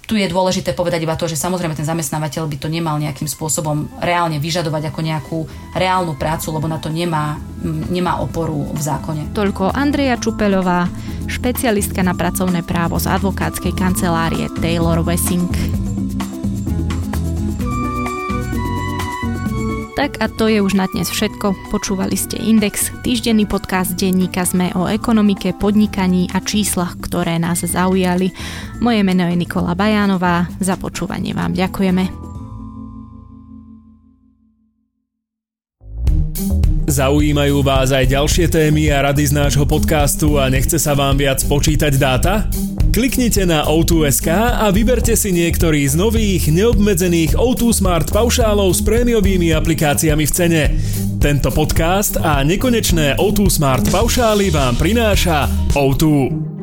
Tu je dôležité povedať iba to, že samozrejme ten zamestnávateľ by to nemal nejakým spôsobom reálne vyžadovať ako nejakú reálnu prácu, lebo na to nemá, nemá oporu v zákone. Toľko Andreja Čupeľová, špecialistka na pracovné právo z advokátskej kancelárie Taylor Wessing. Tak a to je už na dnes všetko. Počúvali ste Index, týždenný podcast denníka SME o ekonomike, podnikaní a číslach, ktoré nás zaujali. Moje meno je Nikola Bajánová. Za počúvanie vám ďakujeme. Zaujímajú vás aj ďalšie témy a rady z nášho podcastu a nechce sa vám viac počítať dáta? Kliknite na ó dva bodka es ká a vyberte si niektorý z nových, neobmedzených ó dva Smart paušálov s prémiovými aplikáciami v cene. Tento podcast a nekonečné ó dva Smart paušály vám prináša ó dva.